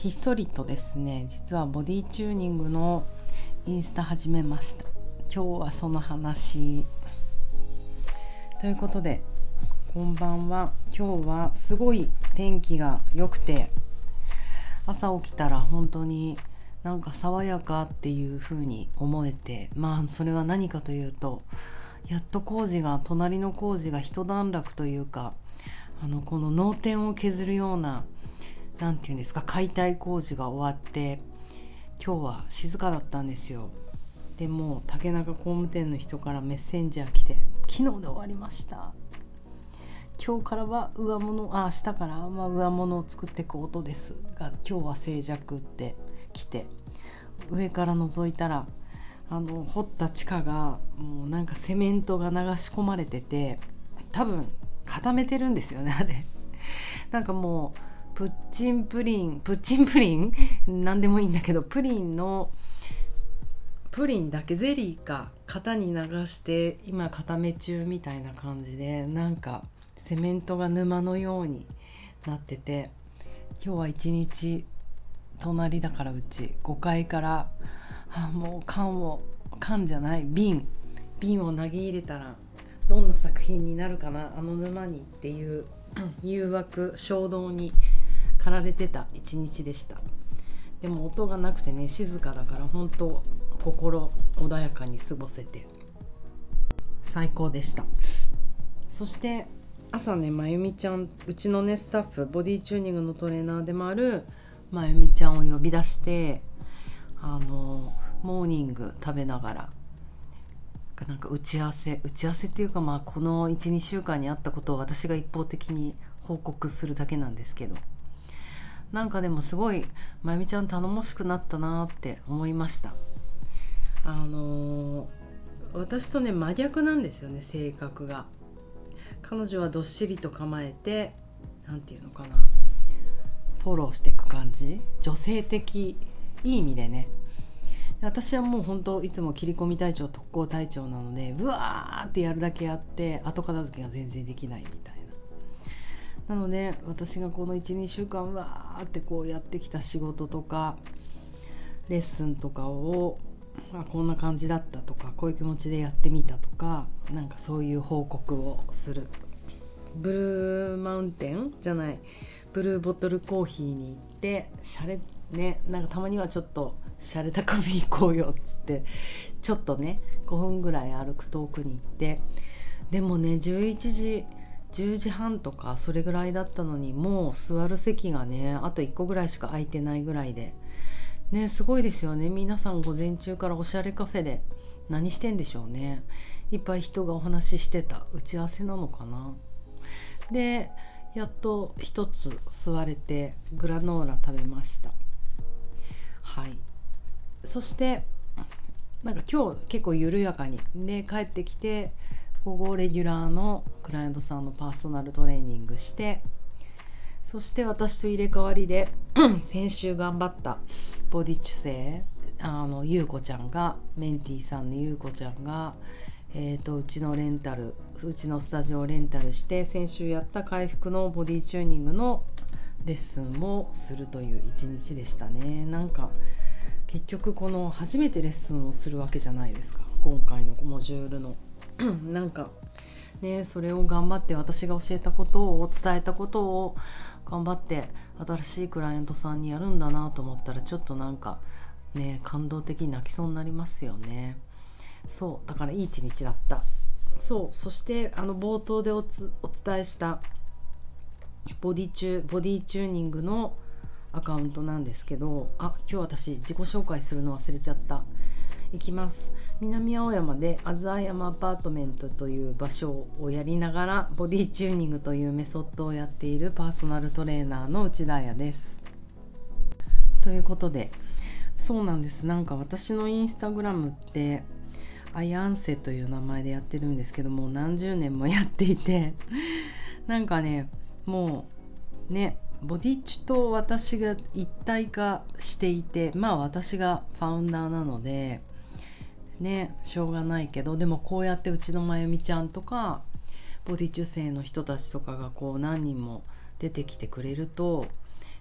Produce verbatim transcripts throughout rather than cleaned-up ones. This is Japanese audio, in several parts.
ひっそりとですね、実はボディチューニングのインスタ始めました。今日はその話ということで、こんばんは。今日はすごい天気が良くて、朝起きたら本当になんか爽やかっていう風に思えて、まあそれは何かというと、やっと工事が隣の工事が一段落というか、あのこの脳天を削るようななんていうんですか、解体工事が終わって、今日は静かだったんですよ。でも竹中工務店の人からメッセンジャー来て、昨日で終わりました、今日からは上物、あ明日からは上物を作っていく音ですが、今日は静寂って来て、上から覗いたらあの掘った地下がもうなんかセメントが流し込まれてて、多分固めてるんですよねあれなんかもうプッチンプリンプッチンプリンなんでもいいんだけど、プリンのプリンだけゼリーか型に流して今固め中みたいな感じで、なんかセメントが沼のようになってて、今日は一日隣だからうちごかいから、あもう缶を缶じゃない瓶瓶を投げ入れたらどんな作品になるかな、あの沼にっていう誘惑衝動に駆られてた一日でした。でも音がなくてね、静かだから本当心穏やかに過ごせて最高でした。そして朝ね、まゆみちゃん、うちのねスタッフ、ボディチューニングのトレーナーでもあるまゆみちゃんを呼び出して、あのモーニング食べながらなんか打ち合わせ打ち合わせっていうか、まあこの いち,に 週間にあったことを私が一方的に報告するだけなんですけど、なんかでもすごいまゆみちゃん頼もしくなったなって思いました。あのー、私とね真逆なんですよね、性格が。彼女はどっしりと構えて、なんていうのかな、フォローしていく感じ、女性的、いい意味でね。私はもう本当いつも切り込み隊長、特攻隊長なので、うわーってやるだけやって後片付けが全然できないみたいな。なので私がこの いち,に 週間わーってこうやってきた仕事とかレッスンとかを、まあ、こんな感じだったとか、こういう気持ちでやってみたとか、なんかそういう報告をする。ブルーマウンテンじゃないブルーボトルコーヒーに行って、シャレね、なんかたまにはちょっとシャレたカフェ行こうよっつって、ちょっとねごふんぐらい歩く遠くに行って、でもねじゅういちじじゅうじはんとかそれぐらいだったのに、もう座る席がねあといっこぐらいしか空いてないぐらいでね、すごいですよね。皆さん午前中からおしゃれカフェで何してんでしょうね。いっぱい人がお話ししてた、打ち合わせなのかな。でやっと一つ座れてグラノーラ食べました。はい。そしてなんか今日結構緩やかにで帰ってきて、午後レギュラーのクライアントさんのパーソナルトレーニングして、そして私と入れ替わりで先週頑張ったボディチュ生、あのゆうこちゃんが、メンティーさんのゆうこちゃんが、えーと、うちのレンタルうちのスタジオをレンタルして、先週やった回復のボディチューニングのレッスンをするという一日でしたね。なんか結局この初めてレッスンをするわけじゃないですか、今回のモジュールのなんかね、それを頑張って、私が教えたことを伝えたことを頑張って新しいクライアントさんにやるんだなと思ったら、ちょっとなんかね感動的に泣きそうになりますよね。そうだからいい一日だった。そう、そしてあの冒頭でおつお伝えしたボディチュボディチューニングのアカウントなんですけど、あ今日私自己紹介するの忘れちゃった。いきます。南青山でアズアイアムアパートメントという場所をやりながらボディチューニングというメソッドをやっているパーソナルトレーナーの内田彩です。ということで、そうなんです。なんか私のインスタグラムってアイアンセという名前でやってるんですけども、何十年もやっていてなんかね、もうねボディチュと私が一体化していて、まあ私がファウンダーなのでね、しょうがないけど、でもこうやってうちのまゆみちゃんとかボディチュ生の人たちとかがこう何人も出てきてくれると、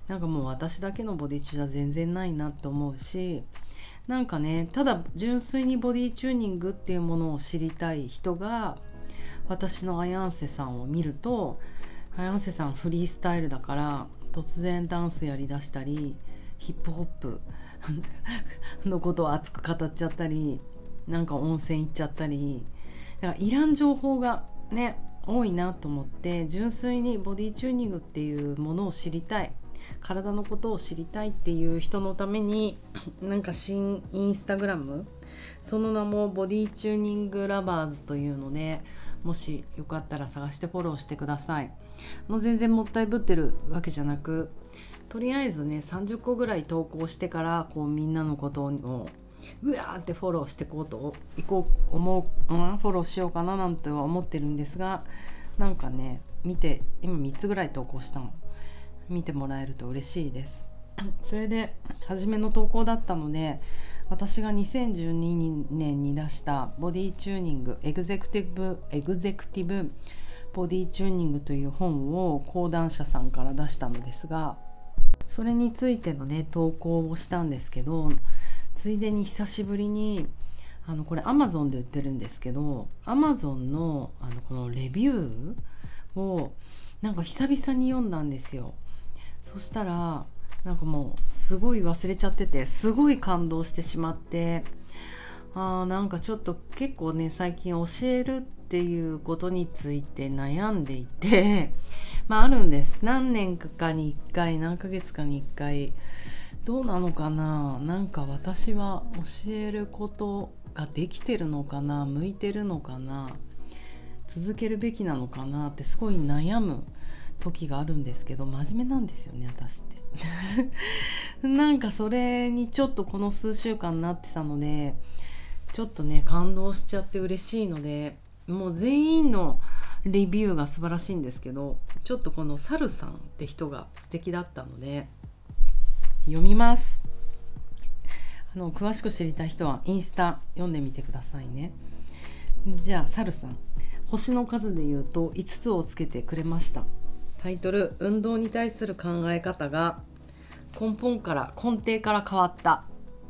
なんかもう私だけのボディチューじゃ全然ないなって思うし、なんかね、ただ純粋にボディチューニングっていうものを知りたい人が私のアヤンセさんを見ると、アヤンセさんフリースタイルだから突然ダンスやりだしたり、ヒップホップのことを熱く語っちゃったり、なんか温泉行っちゃったり、だからいらん情報がね多いなと思って、純粋にボディチューニングっていうものを知りたい、体のことを知りたいっていう人のために、なんか新インスタグラム、その名もボディチューニングラバーズというので、もしよかったら探してフォローしてください。もう全然もったいぶってるわけじゃなく、とりあえずねさんじゅっこぐらい投稿してから、こうみんなのことをうわーってフォローしていこうといこう思う、うん、フォローしようかななんては思ってるんですが、なんかね見て、今みっつぐらい投稿したの、見てもらえると嬉しいです。それで初めの投稿だったので、私がにせんじゅうにねんに出したボディチューニングエグゼクティブエグゼクティブボディチューニングという本を講談社さんから出したのですが、それについてのね投稿をしたんですけど、ついでに久しぶりにあのこれ Amazon で売ってるんですけど、 Amazon の, あのこのレビューをなんか久々に読んだんですよ。そしたらなんかもうすごい忘れちゃってて、すごい感動してしまって、あーなんかちょっと結構ね最近教えるっていうことについて悩んでいてまああるんです。何年かにいっかい、何ヶ月かにいっかい、どうなのかな、なんか私は教えることができてるのかな、向いてるのかな、続けるべきなのかなってすごい悩む時があるんですけど、真面目なんですよね私ってなんかそれにちょっとこの数週間なってたので、ちょっとね感動しちゃって嬉しいので、もう全員のレビューが素晴らしいんですけど、ちょっとこのサルさんって人が素敵だったので読みます。あの詳しく知りたい人はインスタ読んでみてくださいね。じゃあサルさん、星の数で言うといつつをつけてくれました。タイトル、運動に対する考え方が根本から根底から変わった。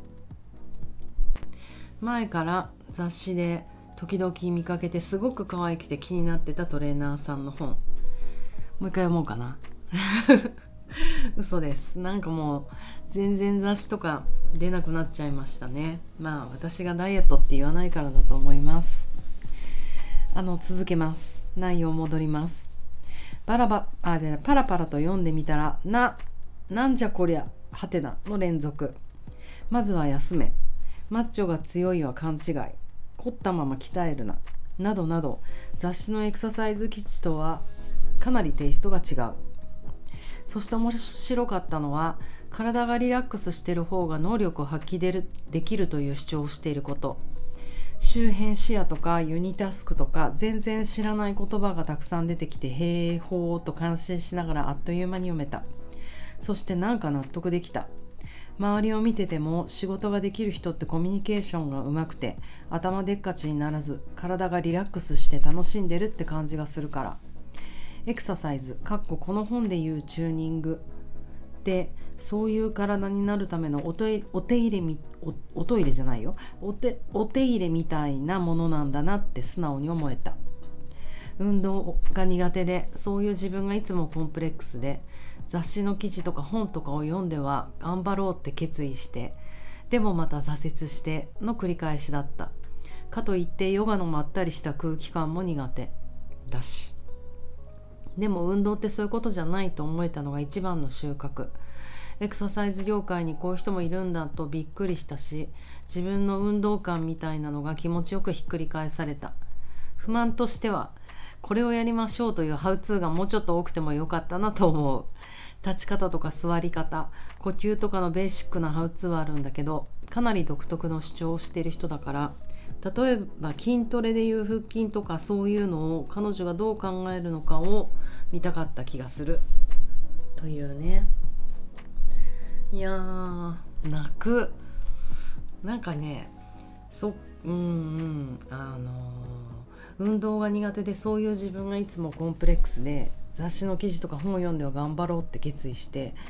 前から雑誌で時々見かけてすごく可愛くて気になってたトレーナーさんの本、もう一回読もうかな嘘です。なんかもう全然雑誌とか出なくなっちゃいましたね。まあ私がダイエットって言わないからだと思います。あの続けます。内容戻ります。パラバあじゃあパラパラと読んでみたらななんじゃこりゃはてなの連続。まずは休め、マッチョが強いは勘違い、凝ったまま鍛えるな、などなど、雑誌のエクササイズ記事とはかなりテイストが違う。そして面白かったのは、体がリラックスしている方が能力を発揮でるできるという主張をしていること。周辺視野とかユニタスクとか全然知らない言葉がたくさん出てきて、へーほーと感心しながらあっという間に読めた。そしてなんか納得できた。周りを見てても仕事ができる人ってコミュニケーションが上手くて頭でっかちにならず体がリラックスして楽しんでるって感じがするから。エクササイズかっここの本でいうチューニングで、そういう体になるためのお手お手入れみ お, おトイレじゃないよお手お手入れみたいなものなんだなって素直に思えた。運動が苦手でそういう自分がいつもコンプレックスで、雑誌の記事とか本とかを読んでは頑張ろうって決意して、でもまた挫折しての繰り返しだった。かといってヨガのまったりした空気感も苦手だし、でも運動ってそういうことじゃないと思えたのが一番の収穫。エクササイズ業界にこういう人もいるんだとびっくりしたし、自分の運動感みたいなのが気持ちよくひっくり返された。不満としては、これをやりましょうというハウツーがもうちょっと多くてもよかったなと思う。立ち方とか座り方、呼吸とかのベーシックなハウツーはあるんだけど、かなり独特の主張をしている人だから、例えば筋トレでいう腹筋とかそういうのを彼女がどう考えるのかを見たかった気がするというね。いやー泣く。なんかね、そうんうんあのー、運動が苦手でそういう自分がいつもコンプレックスで、雑誌の記事とか本を読んでは頑張ろうって決意して、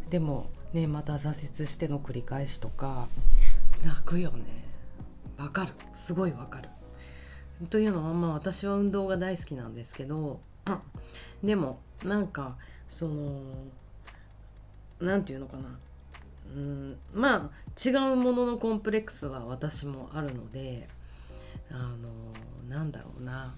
でもねまた挫折しての繰り返しとか泣くよね。わかる、すごいわかる。というのはまあ私は運動が大好きなんですけど、うん、でもなんかそのなんていうのかな、うん、まあ違うもののコンプレックスは私もあるので、あのなんだろうな、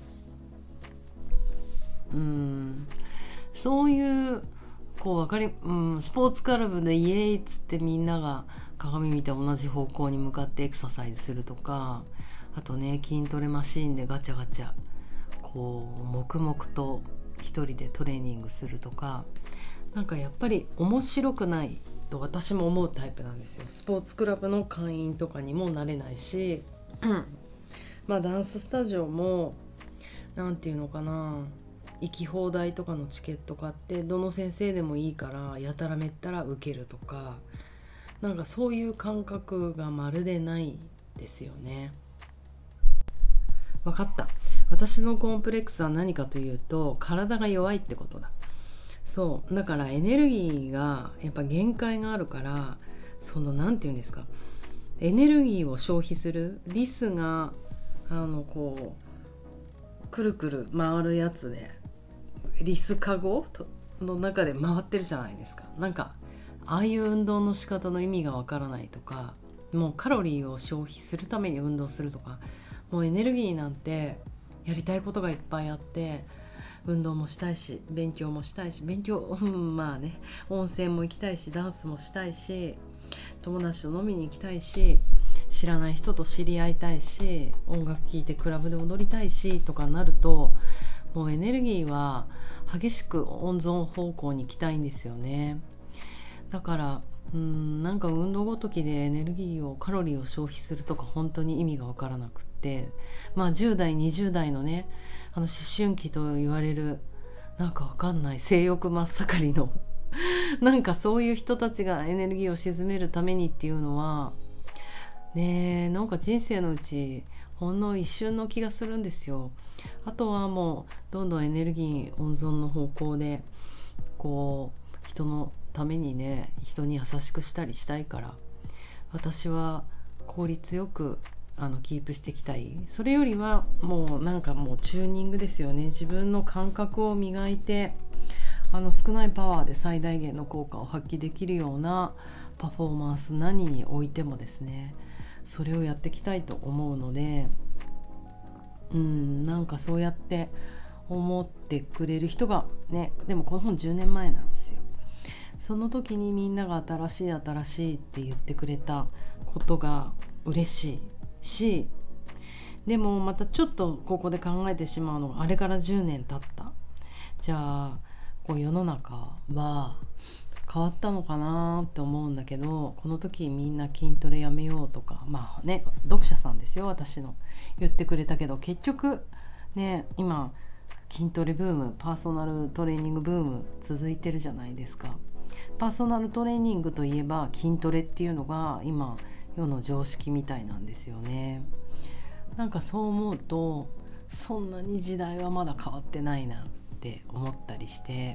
うんそういうこう分かり、うん、スポーツクラブでイエーイっつってみんなが鏡見て同じ方向に向かってエクササイズするとか、あとね筋トレマシーンでガチャガチャこう黙々と一人でトレーニングするとか、なんかやっぱり面白くないと私も思うタイプなんですよ。スポーツクラブの会員とかにもなれないし、まあダンススタジオもなんていうのかな、行き放題とかのチケット買ってどの先生でもいいからやたらめったら受けるとか、なんかそういう感覚がまるでないですよね。分かった、私のコンプレックスは何かというと体が弱いってことだ。そうだからエネルギーがやっぱ限界があるから、そのなんていうんですか、エネルギーを消費するリスがあのこうくるくる回るやつでリスカゴの中で回ってるじゃないですか。なんかああいう運動の仕方の意味がわからないとか、もうカロリーを消費するために運動するとか、もうエネルギーなんてやりたいことがいっぱいあって、運動もしたいし勉強もしたいし、勉強、うん、まあね温泉も行きたいしダンスもしたいし友達と飲みに行きたいし知らない人と知り合いたいし音楽聴いてクラブで踊りたいしとかなると、もうエネルギーは激しく温存方向に行きたいんですよね。だからうーんなんか運動ごときでエネルギーをカロリーを消費するとか本当に意味が分からなくって、まあじゅう代にじゅう代のねあの思春期と言われるなんか分かんない性欲真っ盛りのなんかそういう人たちがエネルギーを鎮めるためにっていうのはねえ、なんか人生のうちほんの一瞬の気がするんですよ。あとはもうどんどんエネルギー温存の方向でこう人のためにね人に優しくしたりしたいから、私は効率よくあのキープしていきたい。それよりはもうなんかもうチューニングですよね。自分の感覚を磨いてあの少ないパワーで最大限の効果を発揮できるようなパフォーマンス何においてもですね、それをやっていきたいと思うので、うんなんかそうやって思ってくれる人がね、でもこの本じゅうねんまえなんですよ。その時にみんなが新しい新しいって言ってくれたことが嬉しいし、でもまたちょっとここで考えてしまうのが、あれからじゅうねん経った、じゃあこう世の中は変わったのかなって思うんだけど、この時みんな筋トレやめようとか、まあね読者さんですよ私の言ってくれたけど、結局ね今筋トレブーム、パーソナルトレーニングブーム続いてるじゃないですか。パーソナルトレーニングといえば筋トレっていうのが今世の常識みたいなんですよね。なんかそう思うとそんなに時代はまだ変わってないなって思ったりして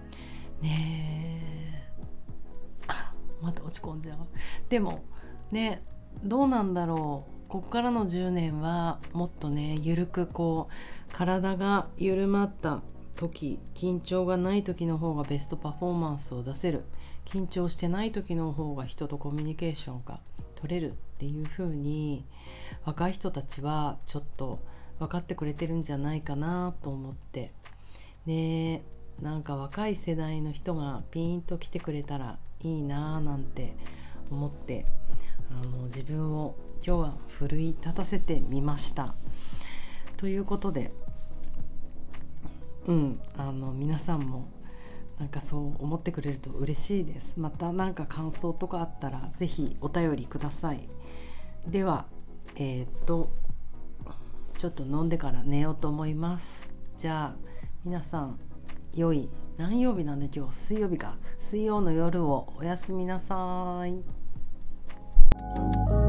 ねえ、あまた落ち込んじゃう。でもねどうなんだろう、こっからのじゅうねんはもっとねゆるくこう体が緩まった時、緊張がない時の方がベストパフォーマンスを出せる、緊張してない時の方が人とコミュニケーションが取れるっていう風に若い人たちはちょっと分かってくれてるんじゃないかなと思ってね、なんか若い世代の人がピーンと来てくれたらいいななんて思って、あの自分を今日は奮い立たせてみましたということで、うんあの皆さんもなんかそう思ってくれると嬉しいです。またなんか感想とかあったらぜひお便りください。ではえー、っとちょっと飲んでから寝ようと思います。じゃあ皆さん良い何曜日なんで今日水曜日か水曜の夜をおやすみなさい。